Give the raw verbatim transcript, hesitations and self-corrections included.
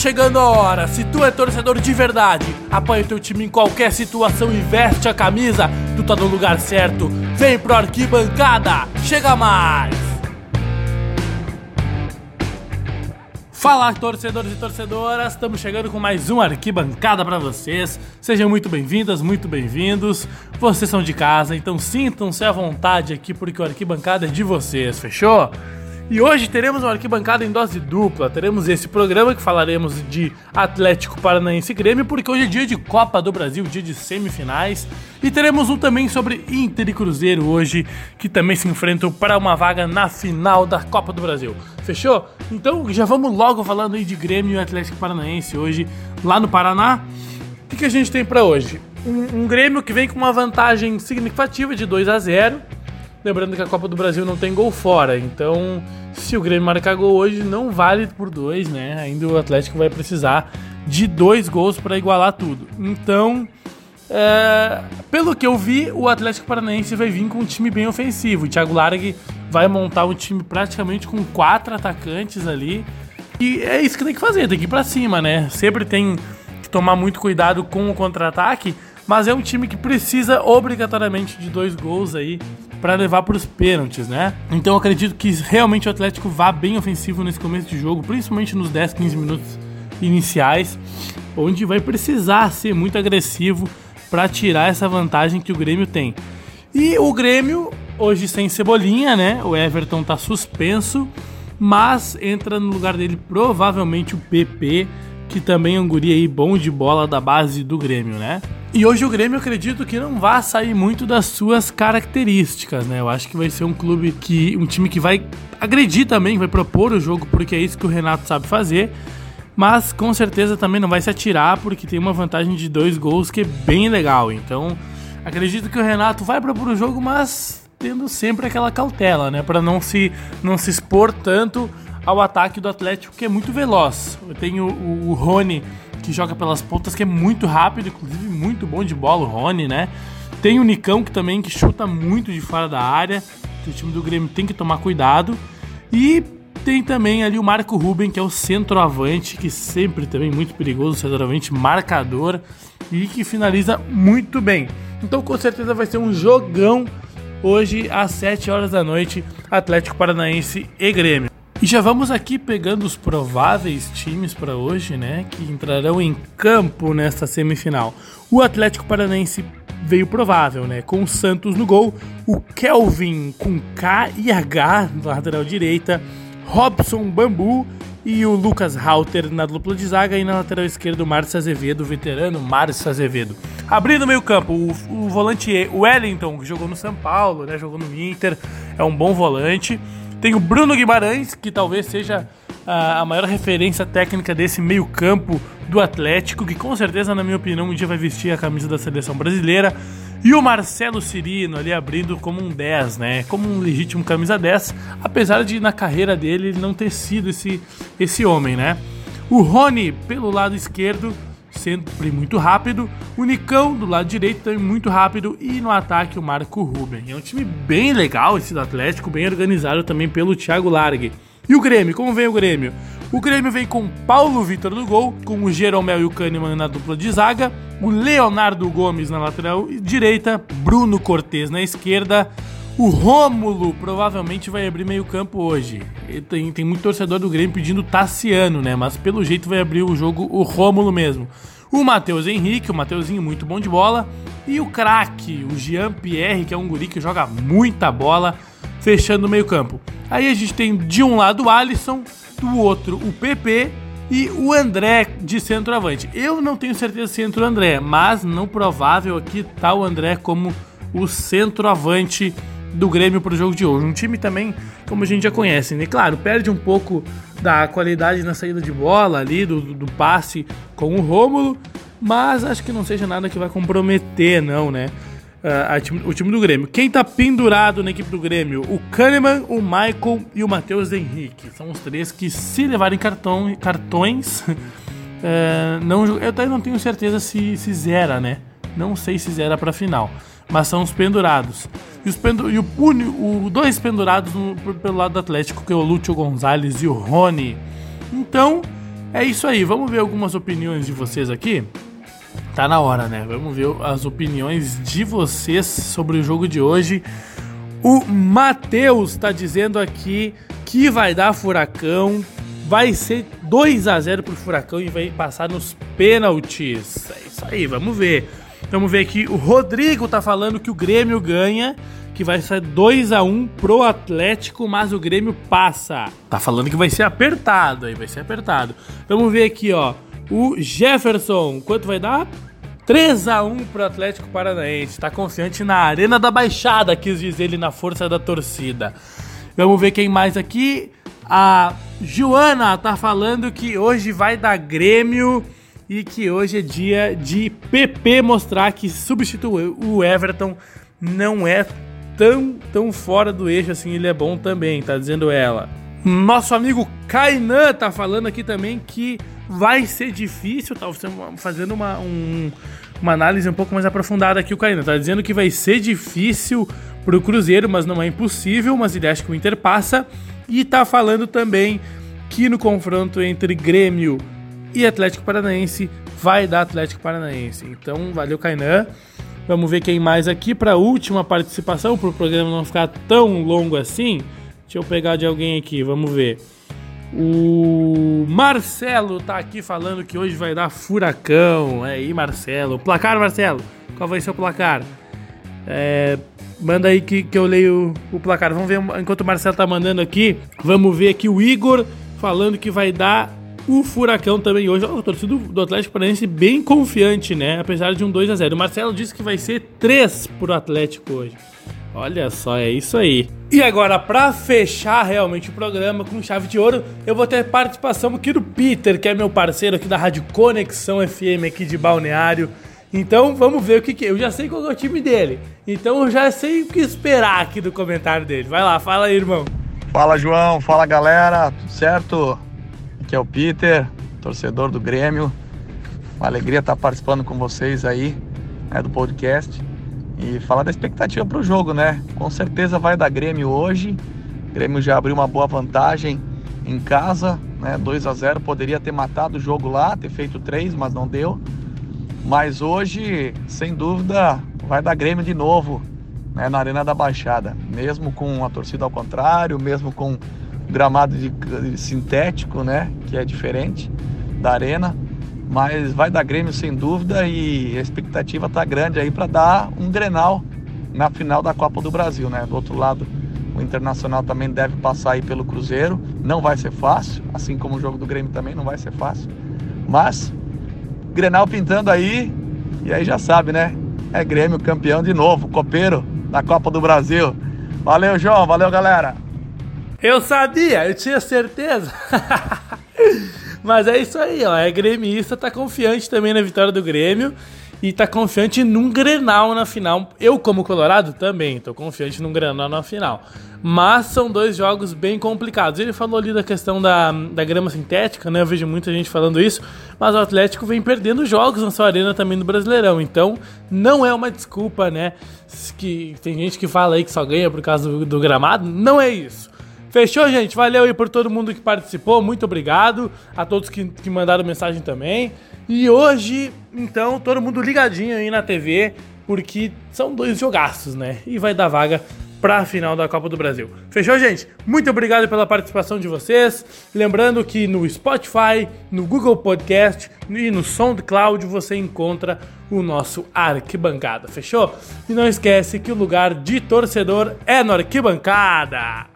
chegando a hora, se tu é torcedor de verdade, apoia o teu time em qualquer situação e veste a camisa, tu tá no lugar certo, vem pro Arquibancada, chega mais! Fala, torcedores e torcedoras, estamos chegando com mais um Arquibancada pra vocês, sejam muito bem-vindas, muito bem-vindos, vocês são de casa, então sintam-se à vontade aqui porque o Arquibancada é de vocês, fechou? E hoje teremos uma arquibancada em dose dupla, teremos esse programa que falaremos de Atlético Paranaense e Grêmio, porque hoje é dia de Copa do Brasil, dia de semifinais, e teremos um também sobre Inter e Cruzeiro hoje, que também se enfrentam para uma vaga na final da Copa do Brasil, fechou? Então já vamos logo falando aí de Grêmio e Atlético Paranaense hoje, lá no Paraná. O que, que a gente tem para hoje? Um, um Grêmio que vem com uma vantagem significativa de dois a zero, lembrando que a Copa do Brasil não tem gol fora, então se o Grêmio marcar gol hoje não vale por dois, né? Ainda o Atlético vai precisar de dois gols para igualar tudo. Então, é, pelo que eu vi, o Atlético Paranaense vai vir com um time bem ofensivo. O Thiago Largue vai montar um time praticamente com quatro atacantes ali. E é isso que tem que fazer, tem que ir pra cima, né? Sempre tem que tomar muito cuidado com o contra-ataque, mas é um time que precisa obrigatoriamente de dois gols aí para levar para os pênaltis, né? Então eu acredito que realmente o Atlético vá bem ofensivo nesse começo de jogo, principalmente nos dez, quinze minutos iniciais, onde vai precisar ser muito agressivo para tirar essa vantagem que o Grêmio tem. E o Grêmio, hoje sem Cebolinha, né? O Everton tá suspenso, mas entra no lugar dele provavelmente o P P, que também é um guri aí bom de bola da base do Grêmio, né? E hoje o Grêmio, eu acredito que não vai sair muito das suas características, né? Eu acho que vai ser um clube que, um time que vai agredir também, vai propor o jogo, porque é isso que o Renato sabe fazer, mas com certeza também não vai se atirar, porque tem uma vantagem de dois gols que é bem legal. Então, acredito que o Renato vai propor o jogo, mas tendo sempre aquela cautela, né? Para não se, não se expor tanto ao ataque do Atlético, que é muito veloz. Eu tenho o, o Rony, que joga pelas pontas, que é muito rápido, inclusive muito bom de bola, o Rony, né? Tem o Nicão, que também que chuta muito de fora da área, que o time do Grêmio tem que tomar cuidado. E tem também ali o Marco Ruben, que é o centroavante, que sempre também muito perigoso, centroavante marcador e que finaliza muito bem. Então com certeza vai ser um jogão hoje às sete horas da noite, Atlético Paranaense e Grêmio. E já vamos aqui pegando os prováveis times para hoje, né, que entrarão em campo nesta semifinal. O Atlético Paranaense veio provável, né, com o Santos no gol, o Kelvin com K e H na lateral direita, Robson Bambu e o Lucas Halter na dupla de zaga, e na lateral esquerda o Márcio Azevedo, o veterano Márcio Azevedo. Abrindo o meio campo, o, o volante Wellington, que jogou no São Paulo, né, jogou no Inter, é um bom volante. Tem o Bruno Guimarães, que talvez seja a, a maior referência técnica desse meio campo do Atlético, que com certeza, na minha opinião, um dia vai vestir a camisa da seleção brasileira. E o Marcelo Cirino ali abrindo como um dez, né? Como um legítimo camisa dez, apesar de na carreira dele ele não ter sido esse, esse homem, né? O Rony pelo lado esquerdo, sempre muito rápido, o Nicão do lado direito também muito rápido, e no ataque o Marco Ruben. É um time bem legal esse do Atlético, bem organizado também pelo Thiago Largue. E o Grêmio, como vem o Grêmio? O Grêmio vem com Paulo Vitor no gol, com o Jeromel e o Kahneman na dupla de zaga, o Leonardo Gomes na lateral direita, Bruno Cortez na esquerda. O Rômulo provavelmente vai abrir meio campo hoje. Tem, tem muito torcedor do Grêmio pedindo Tassiano, né? Mas pelo jeito vai abrir o jogo o Rômulo mesmo. O Matheus Henrique, o Mateuzinho muito bom de bola. E o craque, o Jean-Pierre, que é um guri que joga muita bola, fechando o meio campo. Aí a gente tem de um lado o Alisson, do outro o P P e o André de centroavante. Eu não tenho certeza se entra o André, mas não provável aqui tá o André como o centroavante do Grêmio para o jogo de hoje. Um time também, como a gente já conhece, né? Claro, perde um pouco da qualidade na saída de bola ali, do, do passe com o Rômulo, mas acho que não seja nada que vai comprometer, não, né? Uh, a time, o time do Grêmio. Quem tá pendurado na equipe do Grêmio? O Kahneman, o Michael e o Matheus Henrique. São os três que, se levarem cartão, cartões, uh, não, eu até não tenho certeza se, se zera, né? Não sei se zera pra final, mas são os pendurados. E os pendu- e o, o, o dois pendurados no, pelo lado do Atlético, que é o Lúcio Gonzalez e o Rony. Então, é isso aí, vamos ver algumas opiniões de vocês aqui? Tá na hora, né? Vamos ver as opiniões de vocês sobre o jogo de hoje. O Matheus tá dizendo aqui que vai dar Furacão, vai ser dois a zero pro Furacão e vai passar nos pênaltis. É isso aí, vamos ver. Vamos ver aqui, o Rodrigo tá falando que o Grêmio ganha, que vai ser dois a um pro Atlético, mas o Grêmio passa. Tá falando que vai ser apertado, aí vai ser apertado. Vamos ver aqui, ó, o Jefferson, quanto vai dar? três a um pro Atlético Paranaense, tá confiante na Arena da Baixada, quis dizer ele, na força da torcida. Vamos ver quem mais aqui. A Joana tá falando que hoje vai dar Grêmio e que hoje é dia de P P mostrar que substituiu o Everton, não é tão, tão fora do eixo assim, ele é bom também, tá dizendo ela. Nosso amigo Kainan tá falando aqui também que vai ser difícil, tá fazendo uma, um, uma análise um pouco mais aprofundada aqui o Kainan, tá dizendo que vai ser difícil pro Cruzeiro, mas não é impossível, mas ele acha que o Inter passa, e tá falando também que no confronto entre Grêmio e Atlético Paranaense vai dar Atlético Paranaense. Então, valeu Kainan. Vamos ver quem mais aqui para a última participação, para o programa não ficar tão longo assim. Deixa eu pegar de alguém aqui, vamos ver. O Marcelo tá aqui falando que hoje vai dar Furacão. É aí, Marcelo. Placar, Marcelo? Qual vai ser o placar? É, manda aí que, que eu leio o placar. Vamos ver, enquanto o Marcelo tá mandando aqui, vamos ver aqui o Igor falando que vai dar o Furacão também hoje. O torcedor do Atlético Paranaense bem confiante, né? Apesar de um dois a zero. O Marcelo disse que vai ser três pro Atlético hoje. Olha só, é isso aí. E agora, pra fechar realmente o programa com chave de ouro, eu vou ter participação aqui do Peter, que é meu parceiro aqui da Rádio Conexão F M aqui de Balneário. Então, vamos ver o que que... Eu já sei qual é o time dele. Então, eu já sei o que esperar aqui do comentário dele. Vai lá, fala aí, irmão. Fala, João. Fala, galera. Tudo certo? Aqui é o Peter, torcedor do Grêmio. Uma alegria estar participando com vocês aí, né, do podcast. E falar da expectativa para o jogo, né? Com certeza vai dar Grêmio hoje. O Grêmio já abriu uma boa vantagem em casa, né? dois a zero, poderia ter matado o jogo lá, ter feito três, mas não deu. Mas hoje, sem dúvida, vai dar Grêmio de novo, né? Na Arena da Baixada. Mesmo com a torcida ao contrário, mesmo com gramado de, de sintético, né? Que é diferente da Arena. Mas vai dar Grêmio sem dúvida e a expectativa tá grande aí para dar um Grenal na final da Copa do Brasil, né? Do outro lado, o Internacional também deve passar aí pelo Cruzeiro. Não vai ser fácil, assim como o jogo do Grêmio também não vai ser fácil. Mas Grenal pintando aí, e aí já sabe, né? É Grêmio campeão de novo, copeiro da Copa do Brasil. Valeu, João, valeu, galera. Eu sabia, eu tinha certeza. Mas é isso aí, ó, é gremista, tá confiante também na vitória do Grêmio e tá confiante num Grenal na final. Eu, como colorado, também tô confiante num Grenal na final. Mas são dois jogos bem complicados. Ele falou ali da questão da, da grama sintética, né? Eu vejo muita gente falando isso, mas o Atlético vem perdendo jogos na sua arena também no Brasileirão. Então, não é uma desculpa, né? Que tem gente que fala aí que só ganha por causa do, do gramado. Não é isso. Fechou, gente? Valeu aí por todo mundo que participou. Muito obrigado a todos que, que mandaram mensagem também. E hoje, então, todo mundo ligadinho aí na T V, porque são dois jogaços, né? E vai dar vaga pra final da Copa do Brasil. Fechou, gente? Muito obrigado pela participação de vocês. Lembrando que no Spotify, no Google Podcast e no SoundCloud você encontra o nosso Arquibancada. Fechou? E não esquece que o lugar de torcedor é no Arquibancada.